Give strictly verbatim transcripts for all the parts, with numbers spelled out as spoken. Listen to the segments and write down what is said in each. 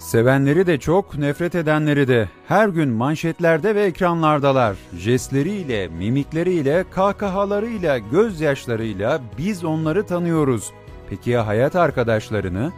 Sevenleri de çok, nefret edenleri de. Her gün manşetlerde ve ekranlardalar. Jestleriyle, mimikleriyle, kahkahalarıyla, gözyaşlarıyla biz onları tanıyoruz. Peki ya hayat arkadaşlarını?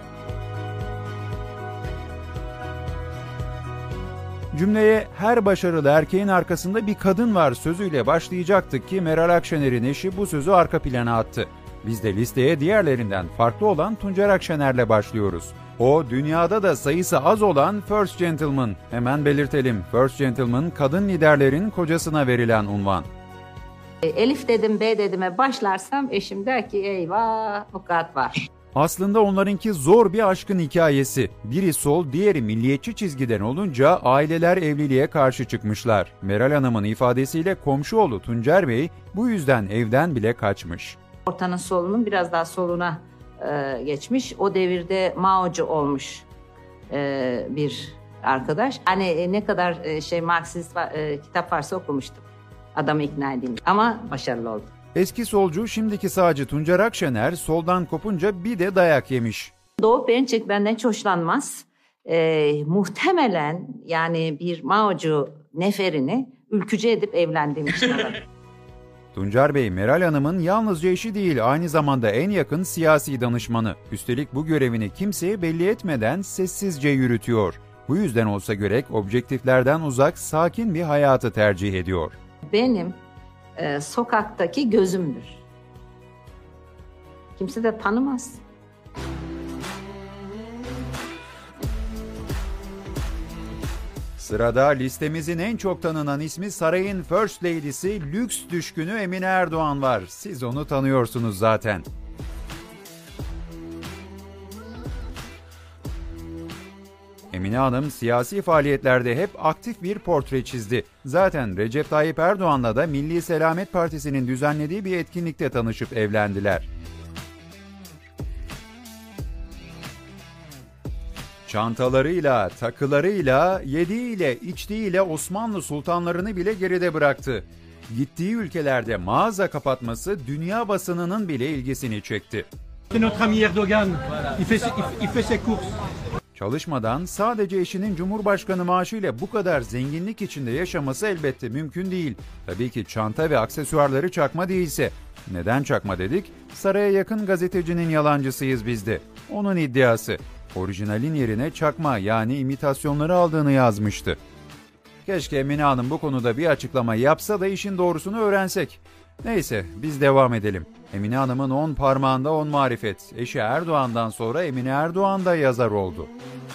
Cümleye her başarılı erkeğin arkasında bir kadın var sözüyle başlayacaktık ki Meral Akşener'in eşi bu sözü arka plana attı. Biz de listeye diğerlerinden farklı olan Tuncer Akşener'le başlıyoruz. O, dünyada da sayısı az olan First Gentleman. Hemen belirtelim, First Gentleman, kadın liderlerin kocasına verilen unvan. Elif dedim, B dedime başlarsam eşim der ki eyvah vukuat var. Aslında onlarınki zor bir aşkın hikayesi. Biri sol, diğeri milliyetçi çizgiden olunca aileler evliliğe karşı çıkmışlar. Meral Hanım'ın ifadesiyle komşu oğlu Tuncer Bey bu yüzden evden bile kaçmış. Ortanın solunun biraz daha soluna e, geçmiş. O devirde Mao'cu olmuş e, bir arkadaş. Hani e, ne kadar e, şey Marksist e, kitap varsa okumuştum. Adamı ikna edeyim. Ama başarılı oldu. Eski solcu, şimdiki sağcı Tuncer Akşener soldan kopunca bir de dayak yemiş. Doğu Perinçek benden hiç hoşlanmaz. E, muhtemelen yani bir Mao'cu neferini ülkücü edip evlendiğim için olabilir. Tuncer Bey, Meral Hanım'ın yalnızca eşi değil, aynı zamanda en yakın siyasi danışmanı. Üstelik bu görevini kimseye belli etmeden sessizce yürütüyor. Bu yüzden olsa gerek objektiflerden uzak, sakin bir hayatı tercih ediyor. Benim e, sokaktaki gözümdür. Kimse de tanımaz. Sırada listemizin en çok tanınan ismi sarayın First Lady'si, lüks düşkünü Emine Erdoğan var. Siz onu tanıyorsunuz zaten. Emine Hanım siyasi faaliyetlerde hep aktif bir portre çizdi. Zaten Recep Tayyip Erdoğan'la da Milli Selamet Partisi'nin düzenlediği bir etkinlikte tanışıp evlendiler. Çantalarıyla, takılarıyla, yediğiyle, içtiğiyle Osmanlı sultanlarını bile geride bıraktı. Gittiği ülkelerde mağaza kapatması dünya basınının bile ilgisini çekti. Çalışmadan sadece eşinin Cumhurbaşkanı maaşıyla bu kadar zenginlik içinde yaşaması elbette mümkün değil. Tabii ki çanta ve aksesuarları çakma değilse. Neden çakma dedik? Saraya yakın gazetecinin yalancısıyız biz de. Onun iddiası. Orijinalin yerine çakma yani imitasyonları aldığını yazmıştı. Keşke Emine Hanım bu konuda bir açıklama yapsa da işin doğrusunu öğrensek. Neyse biz devam edelim. Emine Hanım'ın on parmağında on marifet. Eşi Erdoğan'dan sonra Emine Erdoğan da yazar oldu.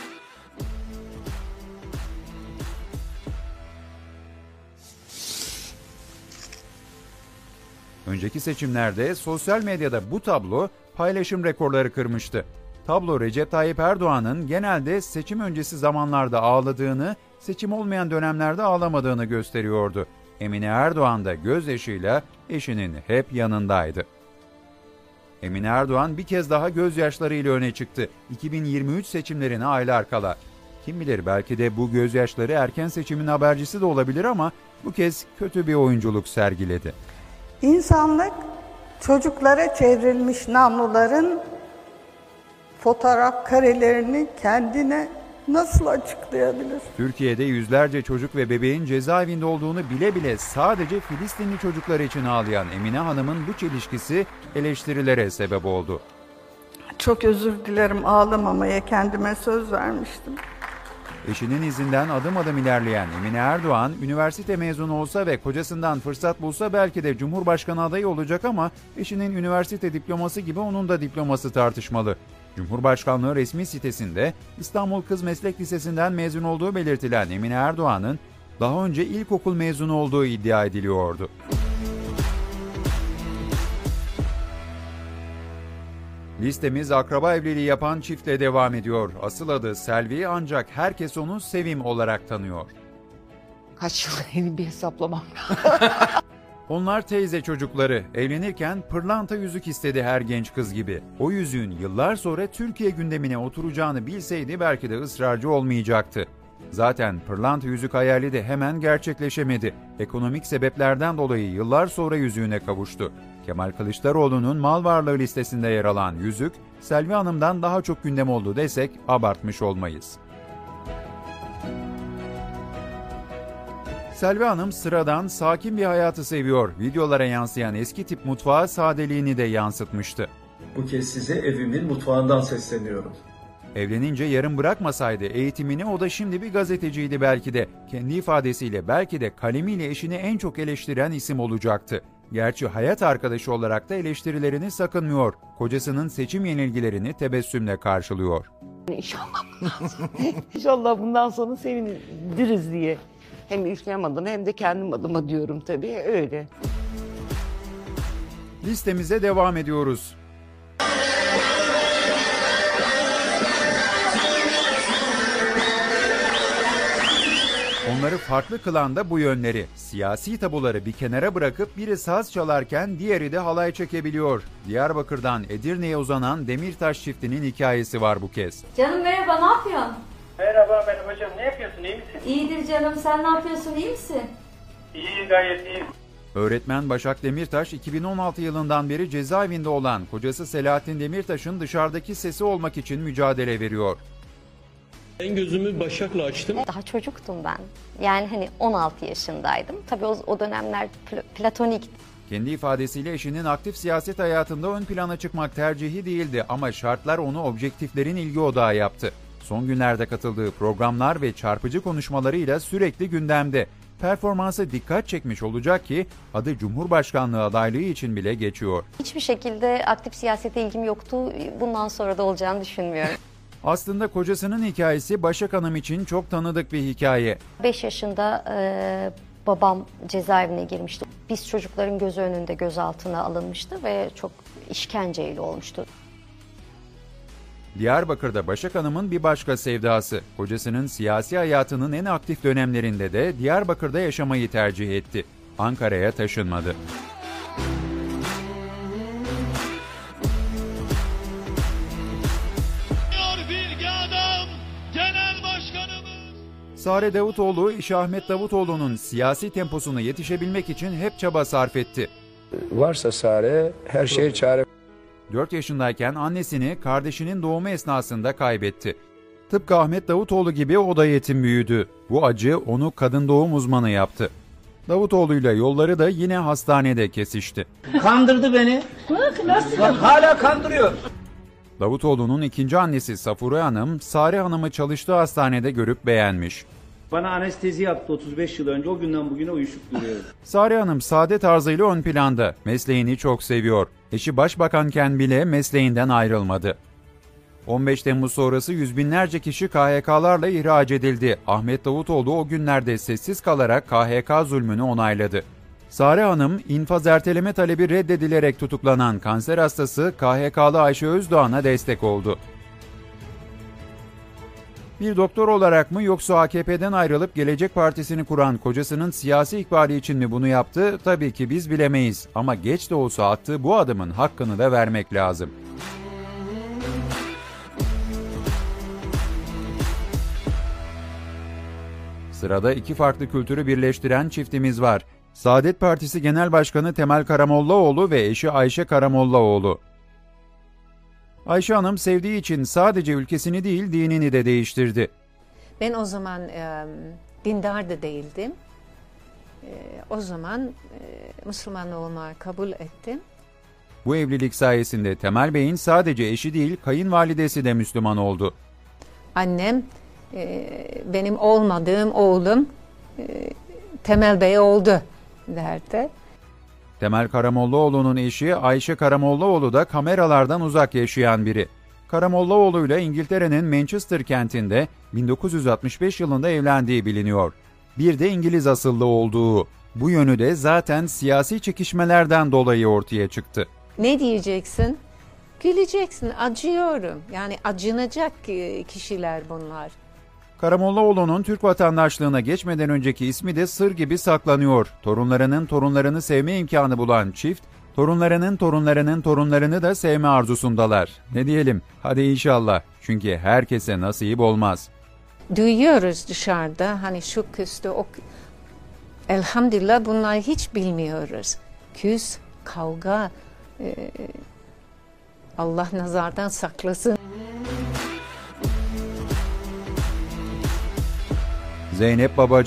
Önceki seçimlerde sosyal medyada bu tablo paylaşım rekorları kırmıştı. Tablo Recep Tayyip Erdoğan'ın genelde seçim öncesi zamanlarda ağladığını, seçim olmayan dönemlerde ağlamadığını gösteriyordu. Emine Erdoğan da gözyaşıyla eşinin hep yanındaydı. Emine Erdoğan bir kez daha gözyaşlarıyla öne çıktı. iki bin yirmi üç seçimlerine aylar kala. Kim bilir belki de bu gözyaşları erken seçimin habercisi de olabilir ama bu kez kötü bir oyunculuk sergiledi. İnsanlık çocuklara çevrilmiş namluların fotoğraf karelerini kendine nasıl açıklayabilir? Türkiye'de yüzlerce çocuk ve bebeğin cezaevinde olduğunu bile bile sadece Filistinli çocuklar için ağlayan Emine Hanım'ın bu çelişkisi eleştirilere sebep oldu. Çok özür dilerim, ağlamamaya kendime söz vermiştim. Eşinin izinden adım adım ilerleyen Emine Erdoğan, üniversite mezunu olsa ve kocasından fırsat bulsa belki de Cumhurbaşkanı adayı olacak ama eşinin üniversite diploması gibi onun da diploması tartışmalı. Cumhurbaşkanlığı resmi sitesinde İstanbul Kız Meslek Lisesi'nden mezun olduğu belirtilen Emine Erdoğan'ın daha önce ilkokul mezunu olduğu iddia ediliyordu. Listemiz akraba evliliği yapan çiftle devam ediyor. Asıl adı Selvi ancak herkes onu Sevim olarak tanıyor. Kaç yıl bir hesaplamam. Onlar teyze çocukları. Evlenirken pırlanta yüzük istedi her genç kız gibi. O yüzüğün yıllar sonra Türkiye gündemine oturacağını bilseydi belki de ısrarcı olmayacaktı. Zaten pırlanta yüzük hayali de hemen gerçekleşemedi. Ekonomik sebeplerden dolayı yıllar sonra yüzüğüne kavuştu. Kemal Kılıçdaroğlu'nun mal varlığı listesinde yer alan yüzük, Selvi Hanım'dan daha çok gündem oldu desek abartmış olmayız. Selvi Hanım sıradan, sakin bir hayatı seviyor. Videolara yansıyan eski tip mutfağı sadeliğini de yansıtmıştı. Bu kez size evimin mutfağından sesleniyorum. Evlenince yarım bırakmasaydı eğitimini, o da şimdi bir gazeteciydi belki de. Kendi ifadesiyle belki de kalemiyle eşini en çok eleştiren isim olacaktı. Gerçi hayat arkadaşı olarak da eleştirilerini sakınmıyor. Kocasının seçim yenilgilerini tebessümle karşılıyor. İnşallah bundan sonra, İnşallah bundan sonra seviniriz diye. Hem ülkem adına hem de kendim adıma diyorum tabii, öyle. Listemize devam ediyoruz. Onları farklı kılan da bu yönleri. Siyasi tabuları bir kenara bırakıp biri saz çalarken diğeri de halay çekebiliyor. Diyarbakır'dan Edirne'ye uzanan Demirtaş çiftinin hikayesi var bu kez. Canım merhaba, ne yapıyorsun? Merhaba, merhaba hocam. Ne yapıyorsun? İyi misin? İyidir canım, sen ne yapıyorsun, iyi misin? İyi, gayet iyi. Öğretmen Başak Demirtaş, iki bin on altı yılından beri cezaevinde olan kocası Selahattin Demirtaş'ın dışarıdaki sesi olmak için mücadele veriyor. Ben gözümü Başak'la açtım. Daha çocuktum ben. Yani hani on altı yaşındaydım. Tabii o, o dönemler pl- platonik. Kendi ifadesiyle eşinin aktif siyaset hayatında ön plana çıkmak tercihi değildi ama şartlar onu objektiflerin ilgi odağı yaptı. Son günlerde katıldığı programlar ve çarpıcı konuşmalarıyla sürekli gündemde. Performansı dikkat çekmiş olacak ki adı Cumhurbaşkanlığı adaylığı için bile geçiyor. Hiçbir şekilde aktif siyasete ilgim yoktu. Bundan sonra da olacağını düşünmüyorum. Aslında kocasının hikayesi Başak Hanım için çok tanıdık bir hikaye. beş yaşında e, babam cezaevine girmişti. Biz çocukların gözü önünde gözaltına alınmıştı ve çok işkenceyle olmuştu. Diyarbakır'da Başak Hanım'ın bir başka sevdası. Kocasının siyasi hayatının en aktif dönemlerinde de Diyarbakır'da yaşamayı tercih etti. Ankara'ya taşınmadı. Sare Davutoğlu, eşi Ahmet Davutoğlu'nun siyasi temposuna yetişebilmek için hep çaba sarf etti. Varsa Sare, her şeye çare. dört yaşındayken annesini kardeşinin doğumu esnasında kaybetti. Tıpkı Ahmet Davutoğlu gibi o da yetim büyüdü. Bu acı onu kadın doğum uzmanı yaptı. Davutoğlu'yla yolları da yine hastanede kesişti. Kandırdı beni. Bak nasıl? Bak hala kandırıyor. Davutoğlu'nun ikinci annesi Safure Hanım, Sare Hanım'ı çalıştığı hastanede görüp beğenmiş. Bana anestezi yaptı otuz beş yıl önce, o günden bugüne uyuşup duruyorum. Sare Hanım sade tarzıyla ön planda, mesleğini çok seviyor. Eşi başbakanken bile mesleğinden ayrılmadı. on beş Temmuz sonrası yüz binlerce kişi K H K'larla ihraç edildi. Ahmet Davutoğlu o günlerde sessiz kalarak K H K zulmünü onayladı. Sare Hanım, infaz erteleme talebi reddedilerek tutuklanan kanser hastası K H K'lı Ayşe Özdoğan'a destek oldu. Bir doktor olarak mı yoksa A K P'den ayrılıp Gelecek Partisi'ni kuran kocasının siyasi ikbali için mi bunu yaptı? Tabii ki biz bilemeyiz ama geç de olsa attığı bu adımın hakkını da vermek lazım. Sırada iki farklı kültürü birleştiren çiftimiz var. Saadet Partisi Genel Başkanı Temel Karamollaoğlu ve eşi Ayşe Karamollaoğlu. Ayşe Hanım sevdiği için sadece ülkesini değil dinini de değiştirdi. Ben o zaman e, dindar da değildim. E, o zaman e, Müslüman olmayı kabul ettim. Bu evlilik sayesinde Temel Bey'in sadece eşi değil kayınvalidesi de Müslüman oldu. Annem e, benim olmadığım oğlum e, Temel Bey oldu derdi. Temel Karamollaoğlu'nun eşi Ayşe Karamollaoğlu da kameralardan uzak yaşayan biri. Karamollaoğlu ile İngiltere'nin Manchester kentinde bin dokuz yüz altmış beş yılında evlendiği biliniyor. Bir de İngiliz asıllı olduğu. Bu yönü de zaten siyasi çekişmelerden dolayı ortaya çıktı. Ne diyeceksin? Güleceksin, acıyorum. Yani acınacak kişiler bunlar. Karamollaoğlu'nun Türk vatandaşlığına geçmeden önceki ismi de sır gibi saklanıyor. Torunlarının torunlarını sevme imkanı bulan çift, torunlarının torunlarının torunlarını da sevme arzusundalar. Ne diyelim? Hadi inşallah. Çünkü herkese nasip olmaz. Duyuyoruz dışarıda hani şu küstü o... Elhamdülillah bunları hiç bilmiyoruz. Küs, kavga, e... Allah nazardan saklasın. Zeynep Babacan,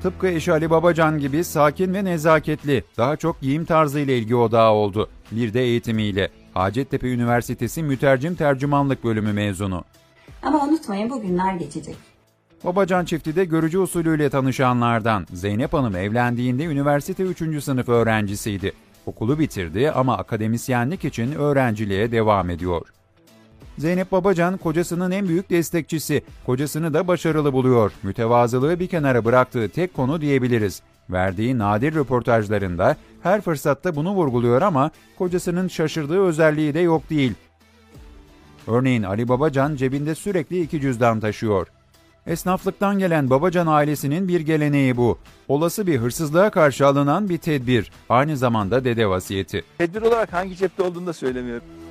Tıpkı eşi Ali Babacan gibi sakin ve nezaketli, daha çok giyim tarzıyla ilgi odağı oldu. Bir de eğitimiyle. Hacettepe Üniversitesi Mütercim Tercümanlık Bölümü mezunu. Ama unutmayın bu günler geçecek. Babacan çifti de görücü usulüyle tanışanlardan. Zeynep Hanım evlendiğinde üniversite üçüncü sınıf öğrencisiydi. Okulu bitirdi ama akademisyenlik için öğrenciliğe devam ediyor. Zeynep Babacan kocasının en büyük destekçisi. Kocasını da başarılı buluyor. Mütevazılığı bir kenara bıraktığı tek konu diyebiliriz. Verdiği nadir röportajlarında her fırsatta bunu vurguluyor ama kocasının şaşırdığı özelliği de yok değil. Örneğin Ali Babacan cebinde sürekli iki cüzdan taşıyor. Esnaflıktan gelen Babacan ailesinin bir geleneği bu. Olası bir hırsızlığa karşı alınan bir tedbir. Aynı zamanda dede vasiyeti. Tedbir olarak hangi cepte olduğunu da söylemiyorum.